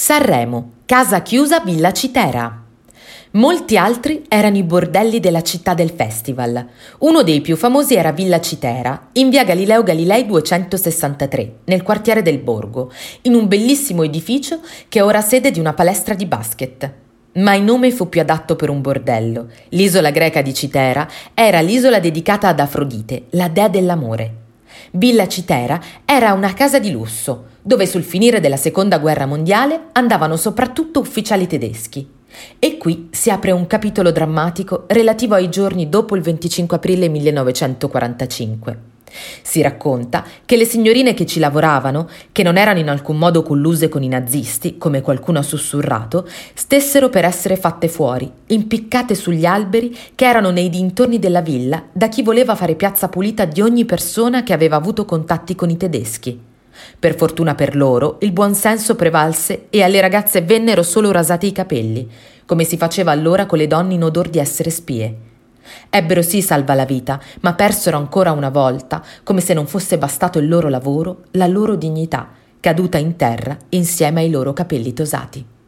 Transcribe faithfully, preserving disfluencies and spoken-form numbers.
Sanremo, casa chiusa Villa Citera. Molti altri erano i bordelli della città del festival. Uno dei più famosi era Villa Citera, in via Galileo Galilei duecentosessantatré, nel quartiere del Borgo, in un bellissimo edificio che è ora sede di una palestra di basket. Ma il nome fu più adatto per un bordello. L'isola greca di Citera era l'isola dedicata ad Afrodite, la dea dell'amore. Villa Citera era una casa di lusso, dove sul finire della seconda guerra mondiale andavano soprattutto ufficiali tedeschi. E qui si apre un capitolo drammatico relativo ai giorni dopo il venticinque aprile millenovecentoquarantacinque. Si racconta che le signorine che ci lavoravano, che non erano in alcun modo colluse con i nazisti, come qualcuno ha sussurrato, stessero per essere fatte fuori, impiccate sugli alberi che erano nei dintorni della villa da chi voleva fare piazza pulita di ogni persona che aveva avuto contatti con i tedeschi. Per fortuna per loro, il buonsenso prevalse e alle ragazze vennero solo rasati i capelli, come si faceva allora con le donne in odor di essere spie. Ebbero sì salva la vita, ma persero ancora una volta, come se non fosse bastato il loro lavoro, la loro dignità, caduta in terra insieme ai loro capelli tosati.